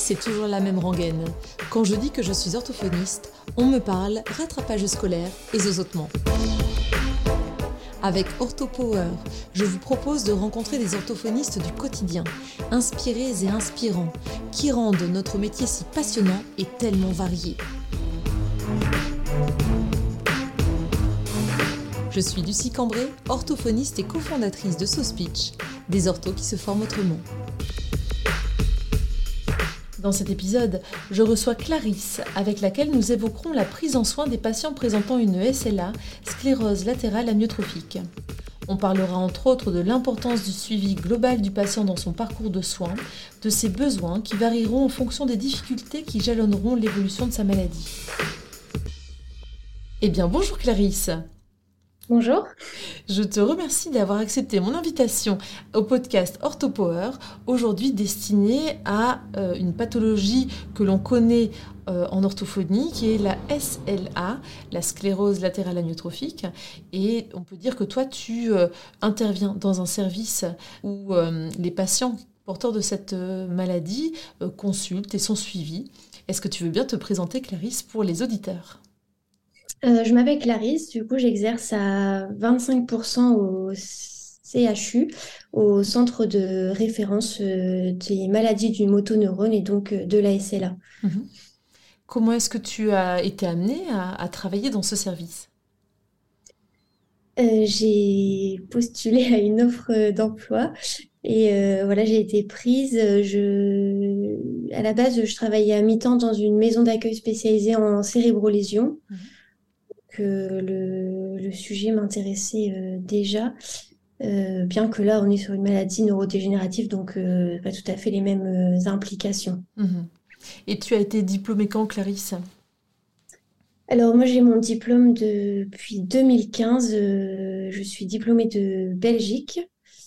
c'est toujours la même rengaine. Quand je dis que je suis orthophoniste, on me parle rattrapage scolaire et zozotement. Avec OrthoPower, je vous propose de rencontrer des orthophonistes du quotidien, inspirés et inspirants, qui rendent notre métier si passionnant et tellement varié. Je suis Lucie Cambray, orthophoniste et cofondatrice de SoSpeech, des orthos qui se forment autrement. Dans cet épisode, je reçois Clarisse, avec laquelle nous évoquerons la prise en soin des patients présentant une SLA, sclérose latérale amyotrophique. On parlera entre autres de l'importance du suivi global du patient dans son parcours de soins, de ses besoins qui varieront en fonction des difficultés qui jalonneront l'évolution de sa maladie. Eh bien, bonjour Clarisse. Bonjour. Je te remercie d'avoir accepté mon invitation au podcast OrthoPower, aujourd'hui destiné à une pathologie que l'on connaît en orthophonie, qui est la SLA, la sclérose latérale amyotrophique. Et on peut dire que toi, tu interviens dans un service où les patients porteurs de cette maladie consultent et sont suivis. Est-ce que tu veux bien te présenter, Clarisse, pour les auditeurs ? Je m'appelle Clarisse, du coup j'exerce à 25% au CHU, au centre de référence des maladies du motoneurone et donc de la SLA. Mhm. Comment est-ce que tu as été amenée à travailler dans ce service ? J'ai postulé à une offre d'emploi et voilà, j'ai été prise. À la base, je travaillais à mi-temps dans une maison d'accueil spécialisée en cérébrolésions. Que le sujet m'intéressait déjà, bien que là, on est sur une maladie neurodégénérative, donc pas tout à fait les mêmes implications. Et tu as été diplômée quand, Clarisse ? Alors moi, j'ai mon diplôme depuis 2015. Je suis diplômée de Belgique.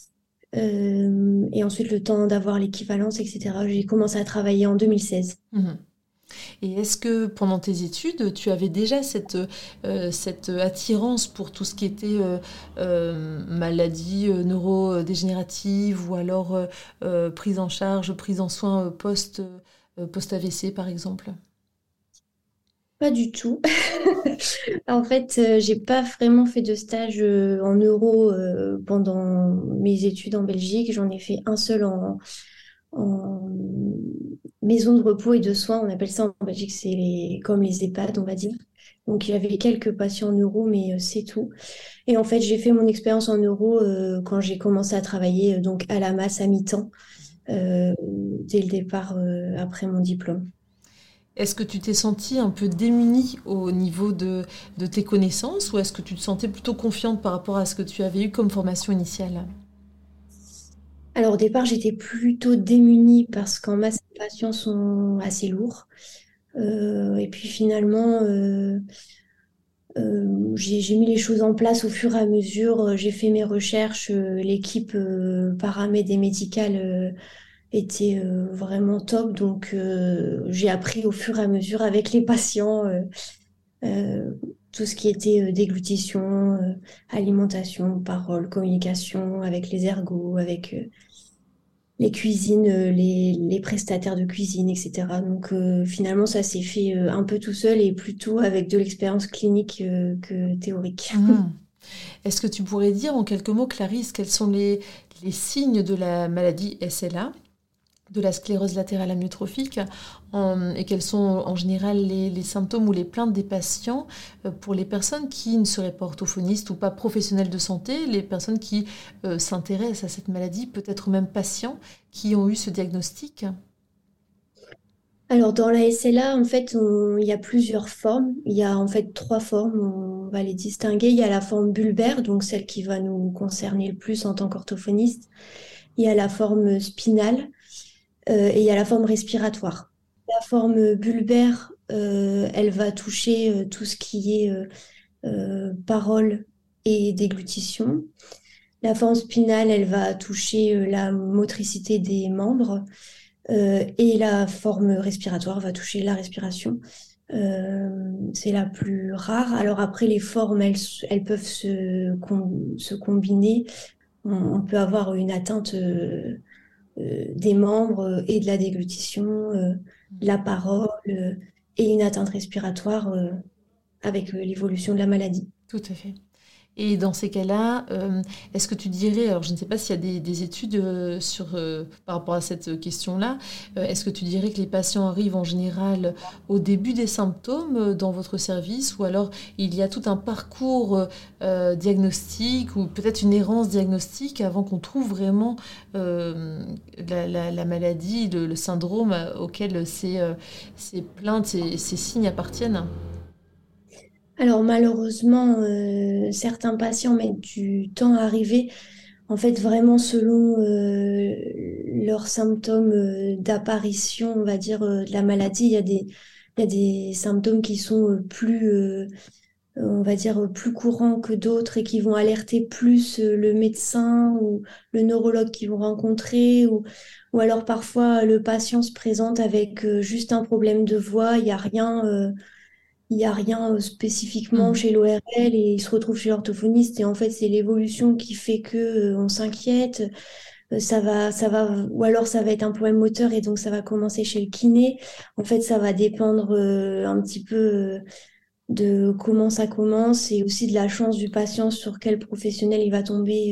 Et ensuite, le temps d'avoir l'équivalence, etc., j'ai commencé à travailler en 2016. Et est-ce que pendant tes études, tu avais déjà cette attirance pour tout ce qui était maladie neurodégénérative ou alors prise en charge, prise en soins post-AVC par exemple ? Pas du tout. En fait, j'ai pas vraiment fait de stage en neuro pendant mes études en Belgique. J'en ai fait un seul en maison de repos et de soins. On appelle ça en Belgique, comme les EHPAD, on va dire. Donc, il y avait quelques patients en neuro, mais c'est tout. Et en fait, j'ai fait mon expérience en neuro quand j'ai commencé à travailler donc à la masse à mi-temps dès le départ après mon diplôme. Est-ce que tu t'es sentie un peu démunie au niveau de tes connaissances ou est-ce que tu te sentais plutôt confiante par rapport à ce que tu avais eu comme formation initiale ? Alors au départ, j'étais plutôt démunie parce qu'en masse, les patients sont assez lourds. Et puis finalement, j'ai mis les choses en place au fur et à mesure. J'ai fait mes recherches. L'équipe paraméd et médicale était vraiment top. Donc j'ai appris au fur et à mesure avec les patients euh, tout ce qui était déglutition, alimentation, parole, communication avec les ergots, avec les cuisines, les prestataires de cuisine, etc. Donc finalement, ça s'est fait un peu tout seul et plutôt avec de l'expérience clinique que théorique. Est-ce que tu pourrais dire en quelques mots, Clarisse, quels sont les signes de la maladie SLA, de la sclérose latérale amyotrophique, et quels sont en général les symptômes ou les plaintes des patients pour les personnes qui ne seraient pas orthophonistes ou pas professionnels de santé, les personnes qui s'intéressent à cette maladie, peut-être même patients qui ont eu ce diagnostic ? Alors dans la SLA, en fait, il y a plusieurs formes. Il y a en fait 3 formes, on va les distinguer. Il y a la forme bulbaire, donc celle qui va nous concerner le plus en tant qu'orthophoniste. Il y a la forme spinale et il y a la forme respiratoire. La forme bulbaire, elle va toucher tout ce qui est parole et déglutition. La forme spinale, elle va toucher la motricité des membres et la forme respiratoire va toucher la respiration. C'est la plus rare. Alors après, les formes, elles peuvent se combiner. On peut avoir une atteinte des membres et de la déglutition, de la parole et une atteinte respiratoire avec l'évolution de la maladie. Tout à fait. Et dans ces cas-là, est-ce que tu dirais, alors je ne sais pas s'il y a des études par rapport à cette question-là, est-ce que tu dirais que les patients arrivent en général au début des symptômes dans votre service, ou alors il y a tout un parcours diagnostique ou peut-être une errance diagnostique avant qu'on trouve vraiment la maladie, le syndrome auquel ces plaintes, ces signes appartiennent? Alors malheureusement, certains patients mettent du temps à arriver. En fait, vraiment selon leurs symptômes d'apparition, on va dire, de la maladie, il y a des symptômes qui sont on va dire, plus courants que d'autres et qui vont alerter plus le médecin ou le neurologue qu'ils vont rencontrer. Ou alors parfois, le patient se présente avec juste un problème de voix, il n'y a rien spécifiquement Mhm. chez l'ORL et il se retrouve chez l'orthophoniste. Et en fait, c'est l'évolution qui fait que on s'inquiète. Ou alors ça va être un problème moteur et donc ça va commencer chez le kiné. En fait, ça va dépendre un petit peu de comment ça commence et aussi de la chance du patient sur quel professionnel il va tomber.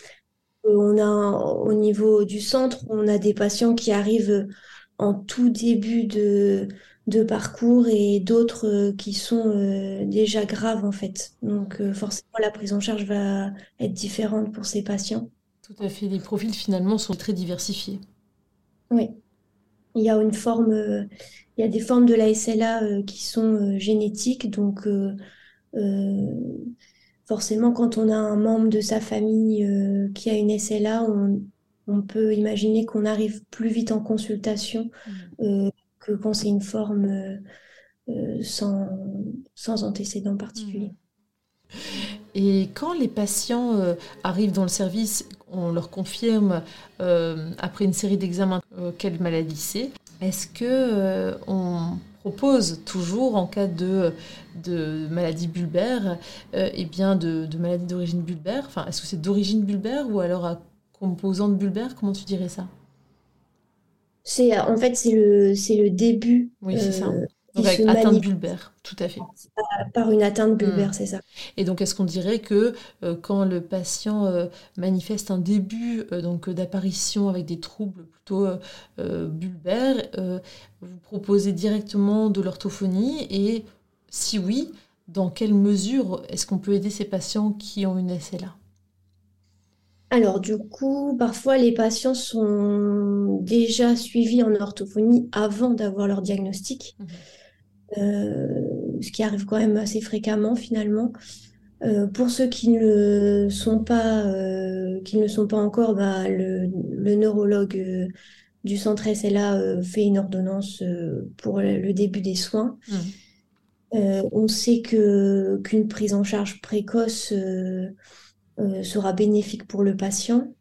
Au niveau du centre, on a des patients qui arrivent en tout début de parcours et d'autres qui sont déjà graves en fait. Donc forcément, la prise en charge va être différente pour ces patients. Tout à fait. Les profils finalement sont très diversifiés. Oui, il y a il y a des formes de la SLA qui sont génétiques. Donc euh, forcément, quand on a un membre de sa famille qui a une SLA, on peut imaginer qu'on arrive plus vite en consultation Mhm. que quand c'est une forme sans antécédent Mhm. particulier. Et quand les patients arrivent dans le service, on leur confirme après une série d'examens quelle maladie c'est. Est-ce que on propose toujours en cas de maladie bulbaire, eh bien de maladie d'origine bulbaire, enfin est-ce que c'est d'origine bulbaire ou alors à composante bulbaire, comment tu dirais ça? En fait, c'est le début Oui, c'est ça. qui Donc se avec atteinte manifeste bulbaire, tout à fait. par une atteinte Hmm. bulbaire, c'est ça. Et donc, est-ce qu'on dirait que quand le patient manifeste un début d'apparition avec des troubles plutôt bulbaires, vous proposez directement de l'orthophonie et si oui, dans quelle mesure est-ce qu'on peut aider ces patients qui ont une SLA? Alors, du coup, parfois, les patients sont déjà suivis en orthophonie avant d'avoir leur diagnostic, Mhm. ce qui arrive quand même assez fréquemment finalement. Pour ceux qui ne le sont pas encore, bah, le neurologue du centre SLA fait une ordonnance pour le début des soins. Mhm. On sait qu'une prise en charge précoce sera bénéfique pour le patient.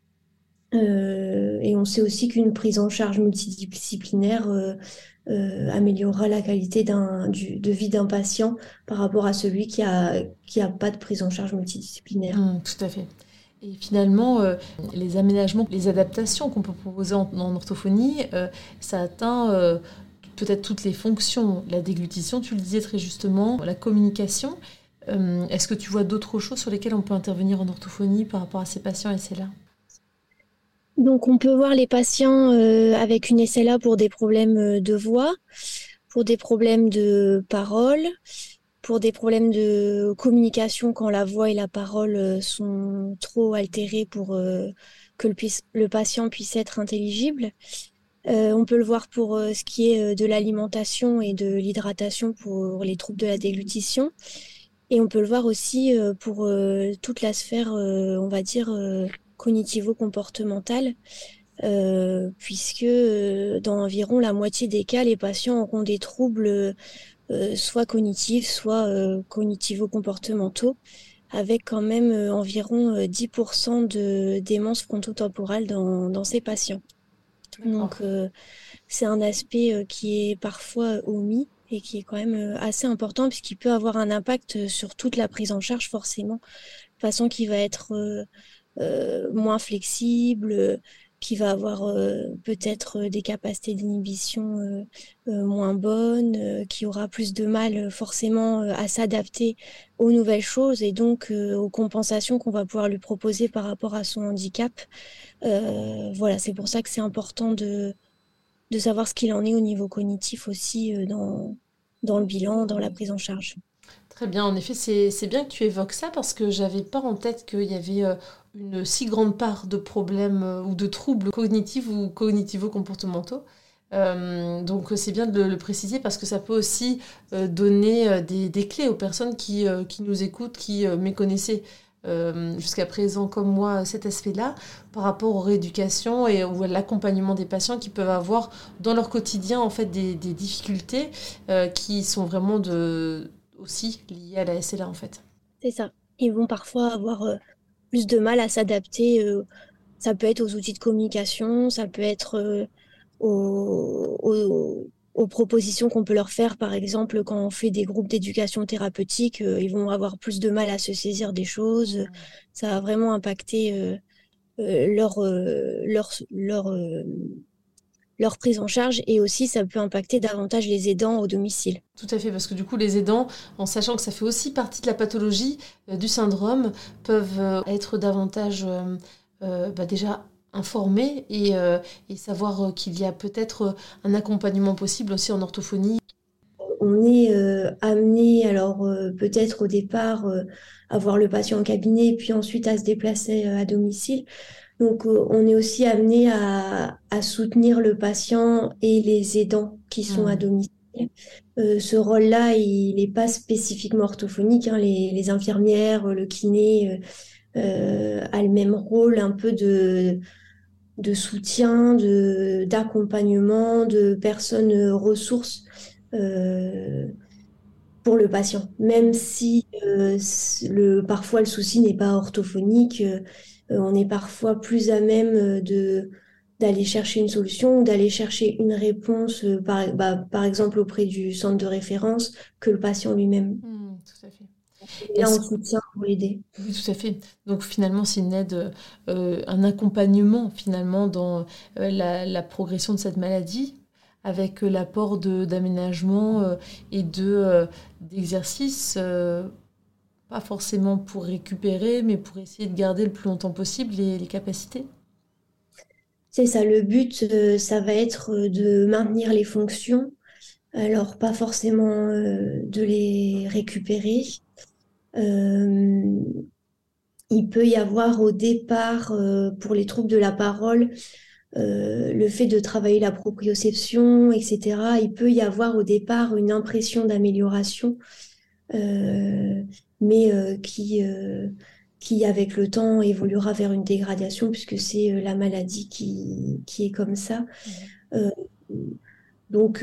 Et on sait aussi qu'une prise en charge multidisciplinaire améliorera la qualité de vie d'un patient par rapport à celui qui a pas de prise en charge multidisciplinaire. Tout à fait. Et finalement, les aménagements, les adaptations qu'on peut proposer en orthophonie, ça atteint peut-être toutes les fonctions. La déglutition, tu le disais très justement, la communication. Est-ce que tu vois d'autres choses sur lesquelles on peut intervenir en orthophonie par rapport à ces patients et c'est là? Donc, on peut voir les patients avec une SLA pour des problèmes de voix, pour des problèmes de parole, pour des problèmes de communication quand la voix et la parole sont trop altérées pour que le patient puisse être intelligible. On peut le voir pour ce qui est de l'alimentation et de l'hydratation pour les troubles de la déglutition. Et on peut le voir aussi pour toute la sphère, on va dire, cognitivo-comportementale, puisque dans environ la moitié des cas, les patients auront des troubles soit cognitifs, soit cognitivo-comportementaux, avec quand même environ 10% de démence frontotemporale dans ces patients. D'accord. Donc, c'est un aspect qui est parfois omis et qui est quand même assez important puisqu'il peut avoir un impact sur toute la prise en charge forcément, façon qui va être moins flexible, qui va avoir peut-être des capacités d'inhibition moins bonnes, qui aura plus de mal forcément à s'adapter aux nouvelles choses et donc aux compensations qu'on va pouvoir lui proposer par rapport à son handicap. Voilà, c'est pour ça que c'est important de savoir ce qu'il en est au niveau cognitif aussi dans le bilan, dans la prise en charge. Très bien, en effet, c'est bien que tu évoques ça parce que j'avais pas en tête qu'il y avait une si grande part de problèmes ou de troubles cognitifs ou cognitivo-comportementaux. Donc c'est bien de le préciser parce que ça peut aussi donner des clés aux personnes qui nous écoutent, qui méconnaissaient jusqu'à présent comme moi cet aspect-là par rapport aux rééducations et ou à l'accompagnement des patients qui peuvent avoir dans leur quotidien en fait des difficultés qui sont vraiment aussi liées à la SLA en fait. C'est ça. Ils vont parfois avoir plus de mal à s'adapter. Ça peut être aux outils de communication, ça peut être aux propositions qu'on peut leur faire. Par exemple, quand on fait des groupes d'éducation thérapeutique, ils vont avoir plus de mal à se saisir des choses. Ça va vraiment impacter leur prise en charge et aussi ça peut impacter davantage les aidants au domicile. Tout à fait, parce que du coup, les aidants, en sachant que ça fait aussi partie de la pathologie du syndrome, peuvent être davantage déjà informés et savoir qu'il y a peut-être un accompagnement possible aussi en orthophonie. On est amené, alors peut-être au départ, à voir le patient en cabinet, puis ensuite à se déplacer à domicile. Donc, on est aussi amené à soutenir le patient et les aidants qui sont à domicile. Ce rôle-là, il n'est pas spécifiquement orthophonique, hein. Les infirmières, le kiné a le même rôle un peu de soutien, d'accompagnement, de personnes ressources euh, pour le patient. Même si parfois le souci n'est pas orthophonique, on est parfois plus à même d'aller chercher une solution ou d'aller chercher une réponse, par exemple auprès du centre de référence, que le patient lui-même. Tout à fait. Et là, on soutient pour l'aider. Oui, tout à fait. Donc finalement, c'est une aide, un accompagnement finalement dans la progression de cette maladie, avec l'apport d'aménagement et d'exercices, pas forcément pour récupérer, mais pour essayer de garder le plus longtemps possible les capacités. C'est ça, le but, ça va être de maintenir les fonctions, alors pas forcément de les récupérer. Euh, il peut y avoir au départ, pour les troubles de la parole, le fait de travailler la proprioception, etc. Il peut y avoir au départ une impression d'amélioration, euh, mais qui, avec le temps, évoluera vers une dégradation, puisque c'est la maladie qui est comme ça. Euh, donc,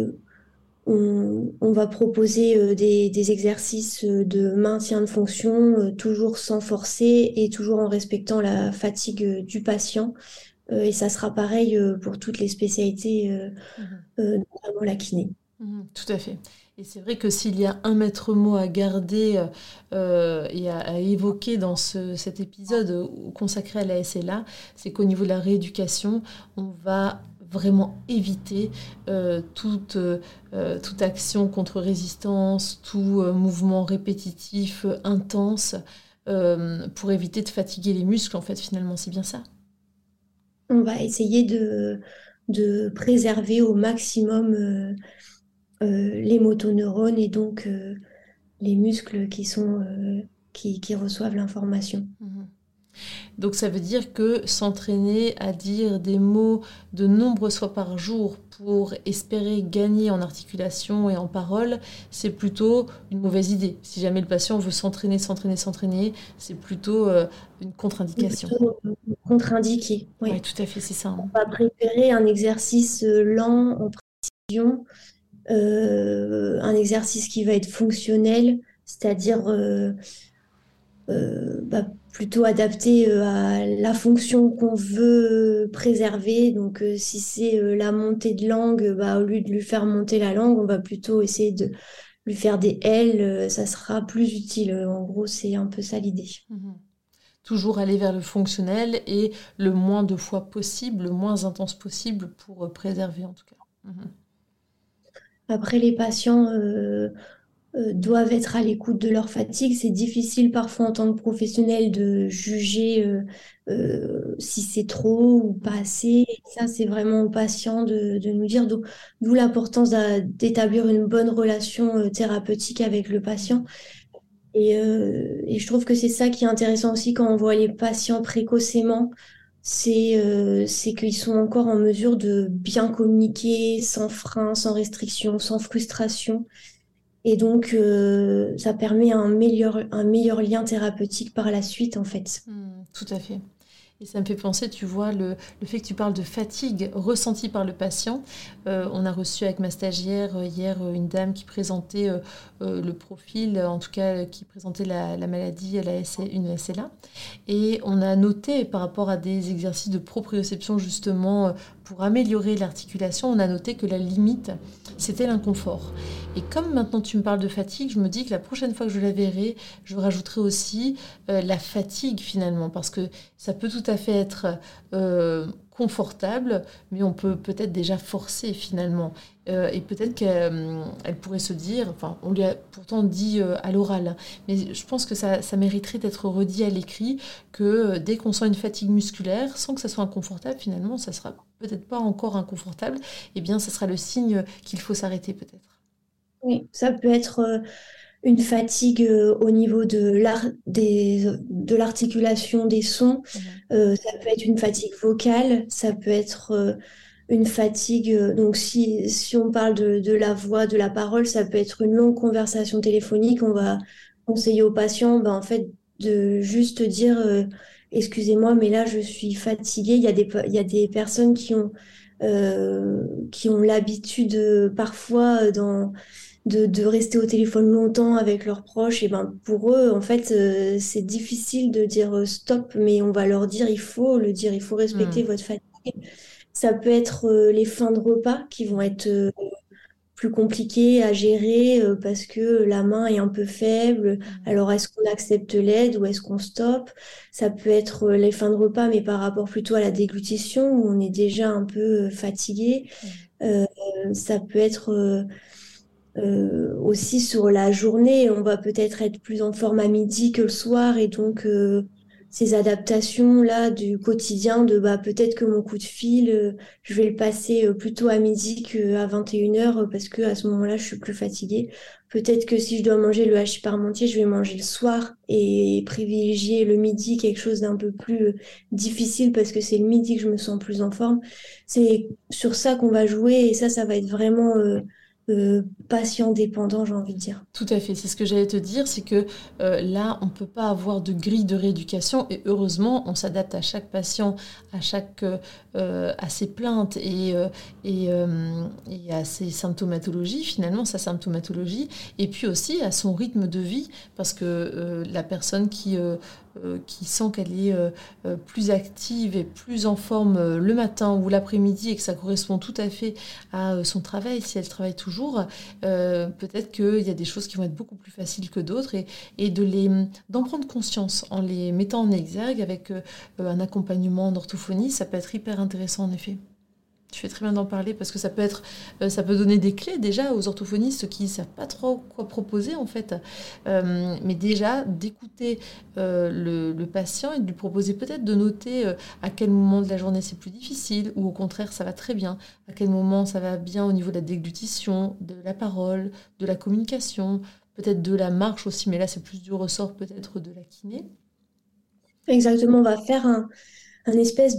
on va proposer des exercices de maintien de fonction, toujours sans forcer et toujours en respectant la fatigue du patient. Et ça sera pareil pour toutes les spécialités, notamment la kiné. Tout à fait. Et c'est vrai que s'il y a un maître mot à garder et à évoquer dans cet épisode consacré à la SLA, c'est qu'au niveau de la rééducation, on va vraiment éviter toute action contre résistance, tout mouvement répétitif, intense, pour éviter de fatiguer les muscles, en fait, finalement, c'est bien ça. On va essayer de préserver au maximum les motoneurones et donc les muscles qui reçoivent l'information. Mhm. Donc ça veut dire que s'entraîner à dire des mots de nombreuses fois par jour pour espérer gagner en articulation et en parole, c'est plutôt une mauvaise idée. Si jamais le patient veut s'entraîner, c'est plutôt une contre-indication. Plutôt contre-indiqué, Oui, oui. tout à fait, c'est ça. On va préférer un exercice lent en précision, un exercice qui va être fonctionnel, c'est-à-dire plutôt adapté à la fonction qu'on veut préserver. Donc, si c'est la montée de langue, au lieu de lui faire monter la langue, on va plutôt essayer de lui faire des L, ça sera plus utile. En gros, c'est un peu ça l'idée. Mhm. toujours aller vers le fonctionnel et le moins de fois possible, le moins intense possible pour préserver en tout cas. Mhm. Après, les patients doivent être à l'écoute de leur fatigue. C'est difficile parfois en tant que professionnel de juger si c'est trop ou pas assez. Et ça, c'est vraiment au patient de nous dire. D'où l'importance d'établir une bonne relation thérapeutique avec le patient. Et je trouve que c'est ça qui est intéressant aussi quand on voit les patients précocement. C'est qu'ils sont encore en mesure de bien communiquer sans frein, sans restriction, sans frustration. Et donc, ça permet un meilleur lien thérapeutique par la suite, en fait. Tout à fait. Et ça me fait penser, tu vois, le fait que tu parles de fatigue ressentie par le patient. On a reçu avec ma stagiaire hier une dame qui présentait le profil, en tout cas qui présentait la maladie, une SLA. Et on a noté par rapport à des exercices de proprioception justement pour améliorer l'articulation, on a noté que la limite, c'était l'inconfort. Et comme maintenant tu me parles de fatigue, je me dis que la prochaine fois que je la verrai, je rajouterai aussi la fatigue finalement, parce que ça peut tout à fait être confortable, mais on peut peut-être déjà forcer finalement. Et peut-être qu'elle pourrait se dire, enfin on lui a pourtant dit à l'oral, mais je pense que ça mériterait d'être redit à l'écrit, que dès qu'on sent une fatigue musculaire, sans que ça soit inconfortable, finalement ça sera peut-être pas encore inconfortable, et bien ça sera le signe qu'il faut s'arrêter peut-être. Oui, ça peut être une fatigue au niveau de l'articulation des sons. Mhm. Ça peut être une fatigue vocale, ça peut être une fatigue. Donc, si on parle de la voix, de la parole, ça peut être une longue conversation téléphonique. On va conseiller aux patients, ben, en fait, de juste dire excusez-moi, mais là, je suis fatiguée. Il y a des personnes qui ont l'habitude parfois de rester au téléphone longtemps avec leurs proches, et ben pour eux, en fait, c'est difficile de dire stop, mais on va leur dire, il faut le dire, il faut respecter Hmm. votre fatigue. Ça peut être les fins de repas qui vont être plus compliquées à gérer parce que la main est un peu faible. Hmm. Alors, est-ce qu'on accepte l'aide ou est-ce qu'on stoppe? Ça peut être les fins de repas, mais par rapport plutôt à la déglutition, où on est déjà un peu fatigué. Hmm. Euh, Ça peut être aussi sur la journée, on va peut-être être plus en forme à midi que le soir et donc ces adaptations-là du quotidien de bah, peut-être que mon coup de fil, je vais le passer plutôt à midi qu'à 21h parce que à ce moment-là, je suis plus fatiguée. Peut-être que si je dois manger le hachis parmentier, je vais manger le soir et privilégier le midi, quelque chose d'un peu plus difficile parce que c'est le midi que je me sens plus en forme. C'est sur ça qu'on va jouer et ça va être vraiment patient dépendant, j'ai envie de dire. Tout à fait, c'est ce que j'allais te dire, c'est que là, on ne peut pas avoir de grille de rééducation et heureusement, on s'adapte à chaque patient, à ses plaintes et à ses symptomatologies, finalement, sa symptomatologie, et puis aussi à son rythme de vie, parce que la personne qui sent qu'elle est plus active et plus en forme le matin ou l'après-midi et que ça correspond tout à fait à son travail, si elle travaille toujours, peut-être qu'il y a des choses qui vont être beaucoup plus faciles que d'autres et d'en prendre conscience en les mettant en exergue avec un accompagnement en orthophonie, ça peut être hyper intéressant en effet. Tu fais très bien d'en parler parce que ça peut donner des clés déjà aux orthophonistes qui ne savent pas trop quoi proposer en fait. Mais déjà d'écouter le patient et de lui proposer peut-être de noter à quel moment de la journée c'est plus difficile ou au contraire ça va très bien, à quel moment ça va bien au niveau de la déglutition, de la parole, de la communication, peut-être de la marche aussi, mais là c'est plus du ressort peut-être de la kiné. Exactement, on va faire un espèce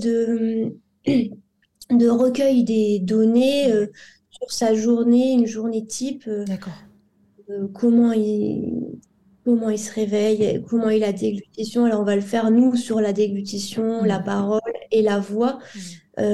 de recueil des données Mm. sur sa journée, une journée type, D'accord. euh, comment il, comment il se réveille, comment il a déglutition. Alors, on va le faire, nous, sur la déglutition, la Mm. parole et la voix. Mm. Euh,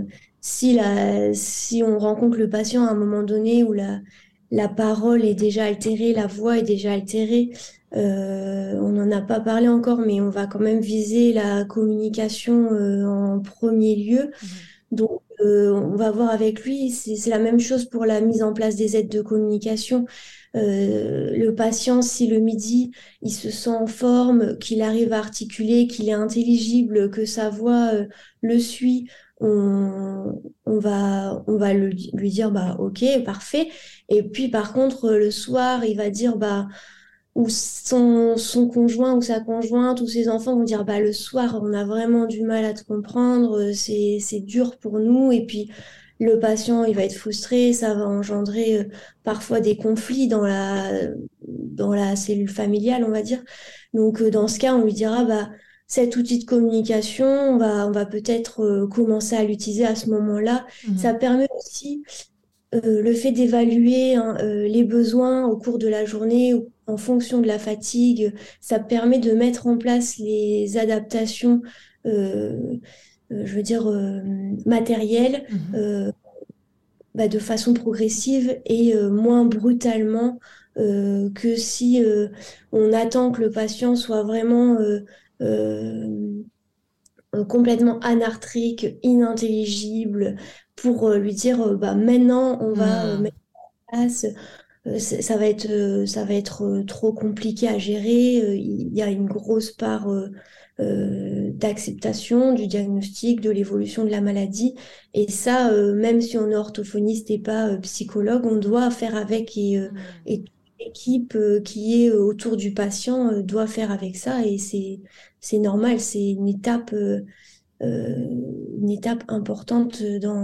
si on rencontre le patient à un moment donné où la parole est déjà altérée, la voix est déjà altérée, on n'en a pas parlé encore, mais on va quand même viser la communication en premier lieu. Mm. Donc, on va voir avec lui, c'est la même chose pour la mise en place des aides de communication. Le patient, si le midi, il se sent en forme, qu'il arrive à articuler, qu'il est intelligible, que sa voix le suit, on va lui dire, bah, ok, parfait. Et puis, par contre, le soir, il va dire, bah, ou son conjoint ou sa conjointe ou ses enfants vont dire, bah, le soir, on a vraiment du mal à te comprendre, c'est dur pour nous. Et puis, le patient, il va être frustré, ça va engendrer parfois des conflits dans la cellule familiale, on va dire. Donc, dans ce cas, on lui dira, bah, cet outil de communication, on va peut-être commencer à l'utiliser à ce moment-là. Ça Mhm. permet aussi le fait d'évaluer hein, les besoins au cours de la journée ou en fonction de la fatigue, ça permet de mettre en place les adaptations, euh, je veux dire, matérielles, Mhm. euh, bah, de façon progressive et moins brutalement que si on attend que le patient soit vraiment euh, complètement anartrique, inintelligible, pour lui dire bah, maintenant on va Mhm. mettre en place ça va être trop compliqué à gérer. Il y a une grosse part d'acceptation du diagnostic, de l'évolution de la maladie. Et ça, même si on est orthophoniste et pas psychologue, on doit faire avec Mhm. et toute l'équipe qui est autour du patient doit faire avec ça. Et c'est normal, c'est une étape importante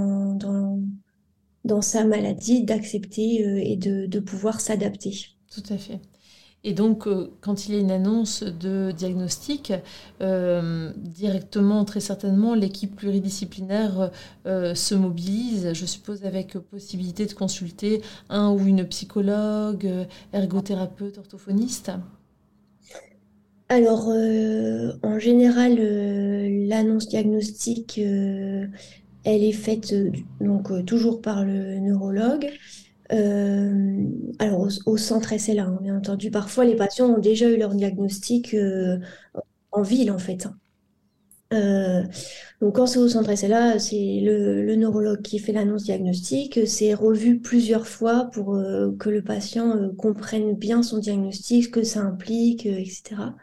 dans sa maladie, d'accepter et de pouvoir s'adapter. Tout à fait. Et donc, quand il y a une annonce de diagnostic, directement, très certainement, l'équipe pluridisciplinaire se mobilise, je suppose, avec possibilité de consulter un ou une psychologue, ergothérapeute, orthophoniste. Alors, en général, l'annonce diagnostique, elle est faite donc toujours par le neurologue. Alors, au centre SLA, hein, bien entendu. Parfois, les patients ont déjà eu leur diagnostic en ville, en fait. Hein. Euh, donc, quand c'est au centre SLA, c'est le neurologue qui fait l'annonce diagnostique. C'est revu plusieurs fois pour que le patient comprenne bien son diagnostic, ce que ça implique, etc.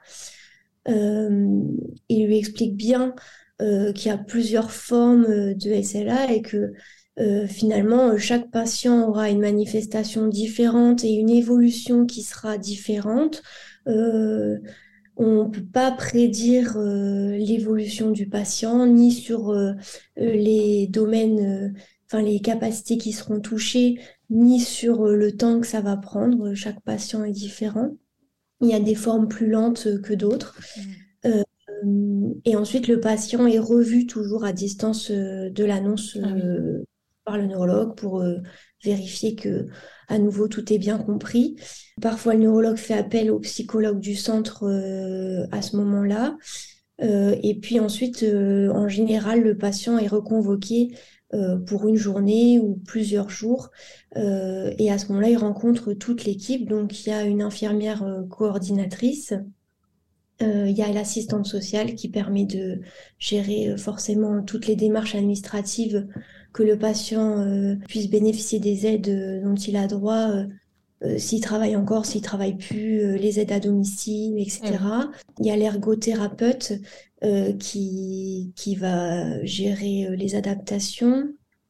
Euh, il lui explique bien qu'il y a plusieurs formes de SLA et que finalement, chaque patient aura une manifestation différente et une évolution qui sera différente. Euh, on ne peut pas prédire l'évolution du patient, ni sur les domaines, enfin les capacités qui seront touchées, ni sur le temps que ça va prendre. Chaque patient est différent. Il y a des formes plus lentes que d'autres. Mhm. Euh, et ensuite, le patient est revu toujours à distance de l'annonce Ah oui. par le neurologue pour vérifier que, à nouveau, tout est bien compris. Parfois, le neurologue fait appel au psychologue du centre à ce moment-là. Et puis ensuite, en général, le patient est reconvoqué pour une journée ou plusieurs jours. Et à ce moment-là, il rencontre toute l'équipe. Donc, il y a une infirmière coordinatrice. Il y a l'assistante sociale qui permet de gérer forcément toutes les démarches administratives que le patient puisse bénéficier des aides dont il a droit s'il travaille encore, s'il travaille plus, les aides à domicile, Ah oui. etc. Il y a l'ergothérapeute qui va gérer les adaptations,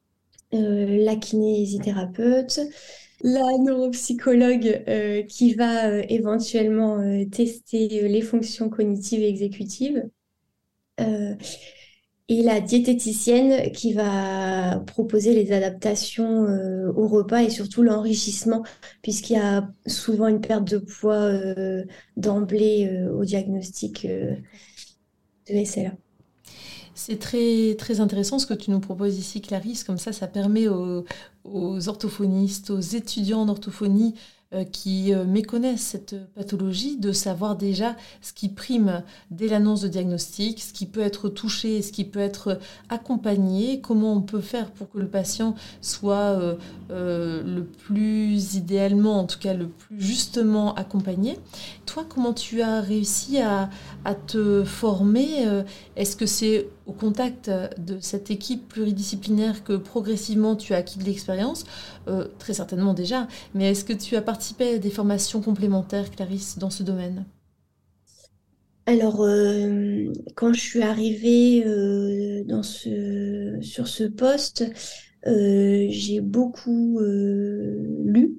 la kinésithérapeute, la neuropsychologue qui va éventuellement tester les fonctions cognitives et exécutives. Euh, et la diététicienne qui va proposer les adaptations au repas et surtout l'enrichissement, puisqu'il y a souvent une perte de poids d'emblée au diagnostic D'accord. de SLA. C'est très, très intéressant ce que tu nous proposes ici, Clarisse. Comme ça permet aux orthophonistes, aux étudiants en orthophonie qui méconnaissent cette pathologie de savoir déjà ce qui prime dès l'annonce de diagnostic, ce qui peut être touché, ce qui peut être accompagné, comment on peut faire pour que le patient soit le plus idéalement, en tout cas le plus justement accompagné. Toi, comment tu as réussi à te former est-ce que c'est au contact de cette équipe pluridisciplinaire que progressivement tu as acquis de l'expérience, très certainement déjà, mais est-ce que tu as participé à des formations complémentaires, Clarisse, dans ce domaine? Alors, quand je suis arrivée sur ce poste, j'ai beaucoup lu.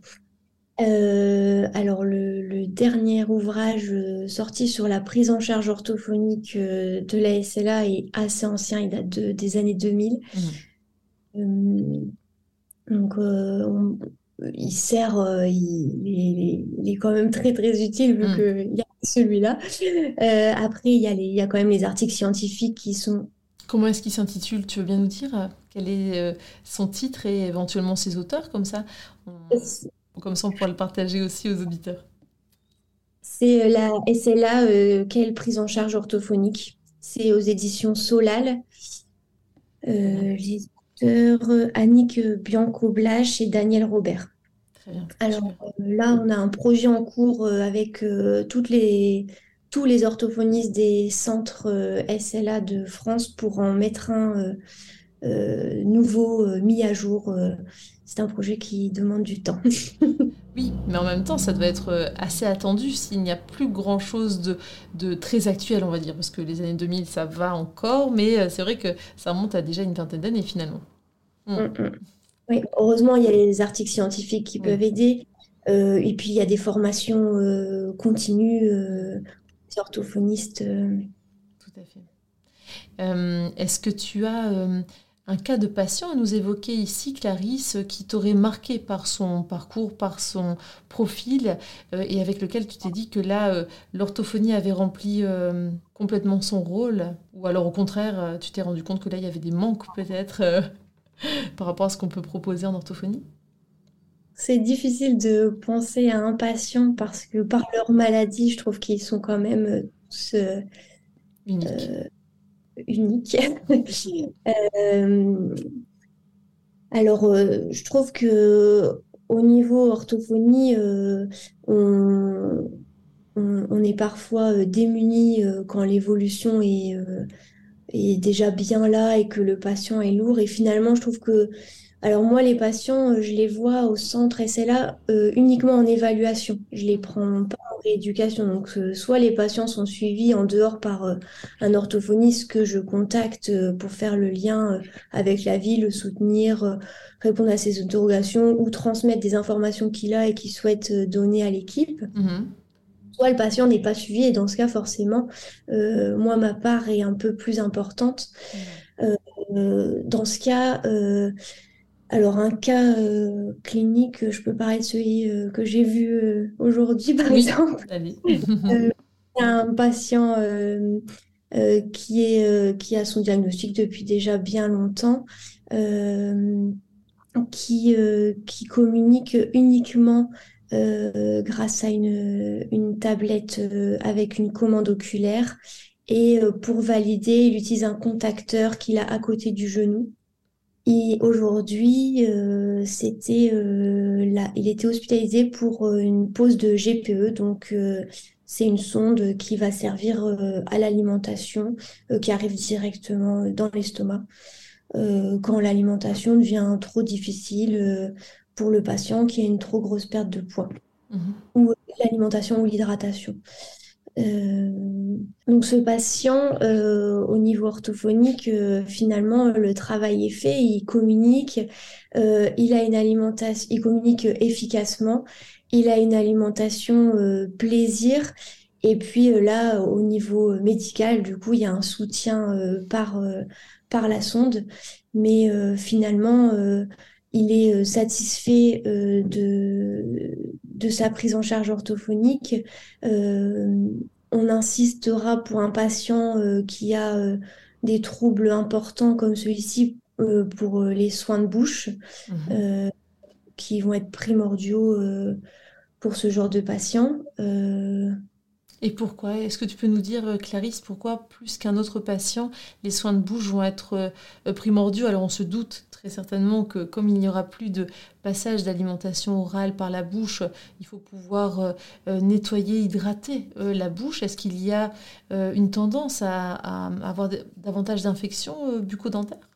Alors, le dernier ouvrage sorti sur la prise en charge orthophonique de la SLA est assez ancien, il date des années 2000. Mhm. Euh, donc, il sert, il est quand même très très utile vu Mhm. qu'il y a celui-là. Après, il y a quand même les articles scientifiques qui sont. Comment est-ce qu'il s'intitule? Tu veux bien nous dire quel est son titre et éventuellement ses auteurs, comme ça on pourra le partager aussi aux auditeurs. C'est la SLA, quelle prise en charge orthophonique. C'est aux éditions Solal. Très bien, Les auteurs Annick Bianco-Blache et Daniel Robert. très bien, Alors super. là, on a un projet en cours avec tous les orthophonistes des centres SLA de France pour en mettre un nouveau mis à jour. C'est un projet qui demande du temps. Oui, mais en même temps, ça doit être assez attendu s'il n'y a plus grand-chose de très actuel, on va dire, parce que les années 2000, ça va encore, mais c'est vrai que ça remonte à déjà une vingtaine d'années finalement. Mm, Mm. mm. Oui, heureusement, il y a les articles scientifiques qui Oui, peuvent aider. Et puis, il y a des formations continues des orthophonistes. tout à fait. Est-ce que tu as un cas de patient à nous évoquer ici, Clarisse, qui t'aurait marqué par son parcours, par son profil, et avec lequel tu t'es dit que là, l'orthophonie avait rempli complètement son rôle, ou alors au contraire, tu t'es rendu compte que là, il y avait des manques peut-être par rapport à ce qu'on peut proposer en orthophonie? C'est difficile de penser à un patient parce que par leur maladie, je trouve qu'ils sont quand même tous Unique. euh, uniques. Euh, alors, je trouve que au niveau orthophonie, on, on est parfois démuni quand l'évolution est déjà bien là et que le patient est lourd. Et finalement, je trouve que, alors moi, les patients, je les vois au centre SLA uniquement en évaluation. Je les Mhm. prends pas en rééducation. Donc, soit les patients sont suivis en dehors par un orthophoniste que je contacte pour faire le lien avec la vie, le soutenir, répondre à ses interrogations ou transmettre des informations qu'il a et qu'il souhaite donner à l'équipe. Mhm. Soit le patient n'est pas suivi et dans ce cas, forcément, moi, ma part est un peu plus importante. Mhm. Euh, dans ce cas, alors un cas clinique, je peux parler de celui que j'ai vu aujourd'hui, par Oui, exemple. allez. Euh, il y a un patient qui a son diagnostic depuis déjà bien longtemps, euh, qui communique uniquement grâce à une tablette avec une commande oculaire. Et pour valider, il utilise un contacteur qu'il a à côté du genou. Et aujourd'hui, il était hospitalisé pour une pose de GPE, donc c'est une sonde qui va servir à l'alimentation, qui arrive directement dans l'estomac quand l'alimentation devient trop difficile pour le patient qui a une trop grosse perte de poids, Mhm. ou l'alimentation ou l'hydratation. Euh, donc ce patient, au niveau orthophonique, finalement, le travail est fait, il communique, il a une alimentation, il communique efficacement, il a une alimentation plaisir, et puis là, au niveau médical, du coup, il y a un soutien par la sonde, mais finalement, il est satisfait de sa prise en charge orthophonique. Euh, on insistera pour un patient qui a des troubles importants comme celui-ci pour les soins de bouche Mhm. euh, qui vont être primordiaux pour ce genre de patient. Et pourquoi? Est-ce que tu peux nous dire, Clarisse, pourquoi plus qu'un autre patient, les soins de bouche vont être primordiaux? Alors on se doute très certainement que comme il n'y aura plus de passage d'alimentation orale par la bouche, il faut pouvoir nettoyer, hydrater la bouche. Est-ce qu'il y a une tendance à avoir davantage d'infections bucco-dentaires?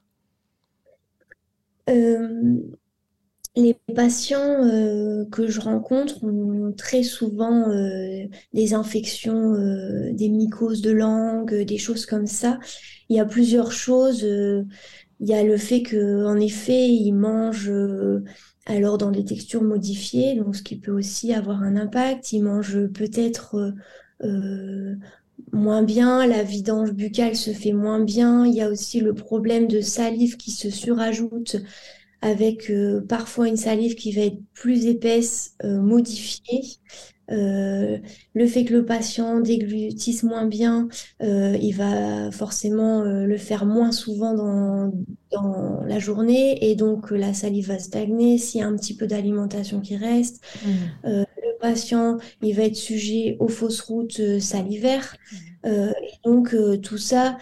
Euh, Les patients que je rencontre ont très souvent des infections, des mycoses de langue, des choses comme ça. Il y a plusieurs choses. Il y a le fait qu'en effet, ils mangent alors dans des textures modifiées, donc ce qui peut aussi avoir un impact. Ils mangent peut-être euh, moins bien, la vidange buccale se fait moins bien. Il y a aussi le problème de salive qui se surajoute avec parfois une salive qui va être plus épaisse, modifiée. Euh, le fait que le patient déglutisse moins bien, il va forcément le faire moins souvent dans la journée et donc la salive va stagner s'il y a un petit peu d'alimentation qui reste. Mhm. Le patient, il va être sujet aux fausses routes salivaires. Mhm. Et donc tout ça,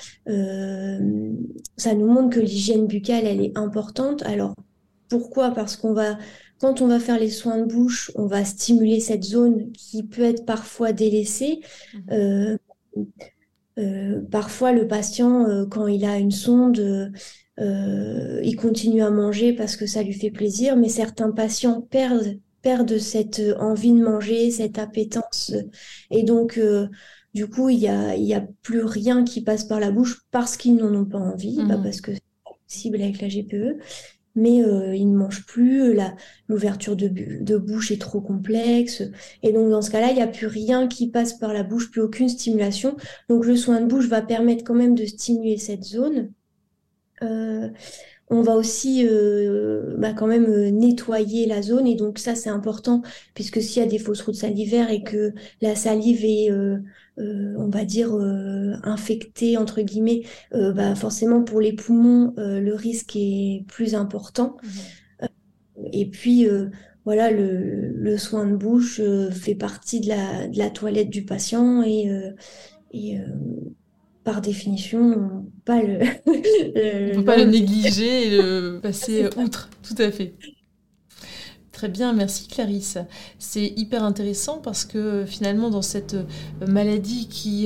ça nous montre que l'hygiène buccale, elle est importante. Alors pourquoi? Parce quand on va faire les soins de bouche, on va stimuler cette zone qui peut être parfois délaissée. Mhm. Euh, Parfois, le patient, quand il a une sonde, il continue à manger parce que ça lui fait plaisir, mais certains patients perdent cette envie de manger, cette appétence. Et donc, du coup, il y a plus rien qui passe par la bouche parce qu'ils n'en ont pas envie, pas Mhm. parce que c'est pas possible avec la GPE, mais ils ne mangent plus, l'ouverture de bouche est trop complexe. Et donc, dans ce cas-là, il n'y a plus rien qui passe par la bouche, plus aucune stimulation. Donc, le soin de bouche va permettre quand même de stimuler cette zone. Euh, on va aussi quand même nettoyer la zone. Et donc ça, c'est important, puisque s'il y a des fausses routes salivaires et que la salive est, on va dire, infectée, entre guillemets, forcément pour les poumons, le risque est plus important. Mhm. Et puis, voilà, le soin de bouche fait partie de la toilette du patient et par définition, pas le... On ne peut pas le l'enlever. négliger et le passer C'est ça. outre, tout à fait. Très bien, merci Clarisse. C'est hyper intéressant parce que finalement dans cette maladie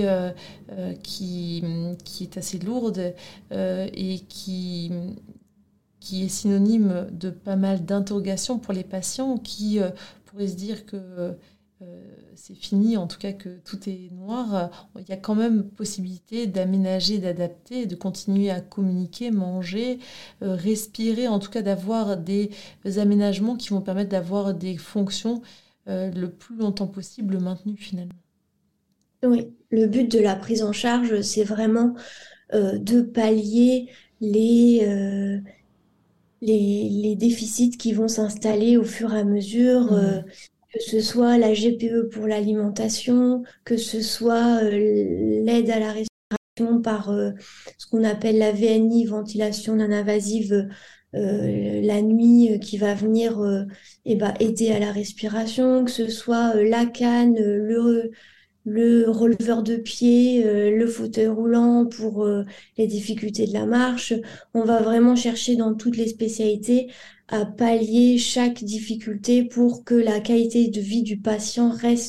qui est assez lourde et qui est synonyme de pas mal d'interrogations pour les patients qui pourraient se dire que c'est fini, en tout cas que tout est noir, il y a quand même possibilité d'aménager, d'adapter, de continuer à communiquer, manger, respirer, en tout cas d'avoir des aménagements qui vont permettre d'avoir des fonctions le plus longtemps possible maintenues finalement. Oui, le but de la prise en charge, c'est vraiment de pallier les, euh, les déficits qui vont s'installer au fur et à mesure, Mhm. que ce soit la GPE pour l'alimentation, que ce soit l'aide à la respiration par ce qu'on appelle la VNI, ventilation non invasive, la nuit, qui va venir aider à la respiration, que ce soit la canne, le releveur de pied, le fauteuil roulant pour les difficultés de la marche. On va vraiment chercher dans toutes les spécialités à pallier chaque difficulté pour que la qualité de vie du patient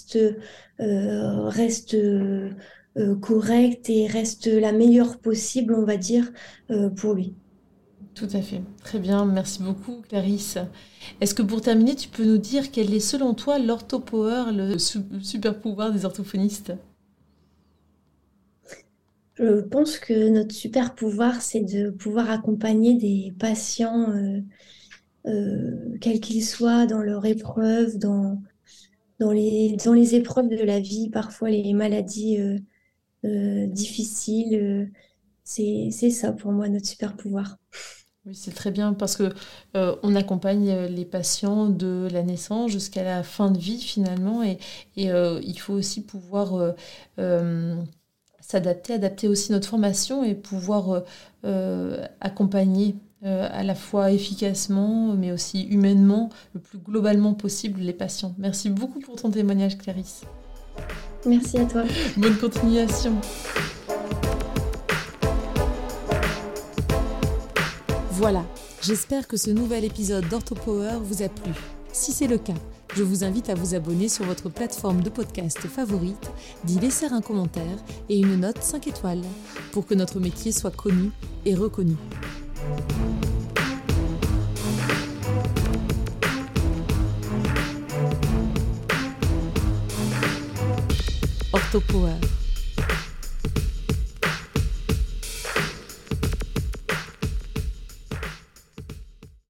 reste correcte et reste la meilleure possible, on va dire, pour lui. Tout à fait. Très bien, merci beaucoup Clarisse. Est-ce que pour terminer, tu peux nous dire quel est selon toi l'orthopower, le super pouvoir des orthophonistes? Je pense que notre super pouvoir, c'est de pouvoir accompagner des patients, quels qu'ils soient, dans leur épreuve, dans les épreuves de la vie, parfois les maladies difficiles. C'est ça pour moi, notre super pouvoir. Oui, c'est très bien parce que on accompagne les patients de la naissance jusqu'à la fin de vie finalement et il faut aussi pouvoir euh, s'adapter, adapter aussi notre formation et pouvoir accompagner à la fois efficacement mais aussi humainement le plus globalement possible les patients. Merci beaucoup pour ton témoignage Clarisse. Merci à toi. Bonne continuation. Voilà, j'espère que ce nouvel épisode d'OrthoPower vous a plu. Si c'est le cas, je vous invite à vous abonner sur votre plateforme de podcast favorite, d'y laisser un commentaire et une note 5 étoiles pour que notre métier soit connu et reconnu. OrthoPower.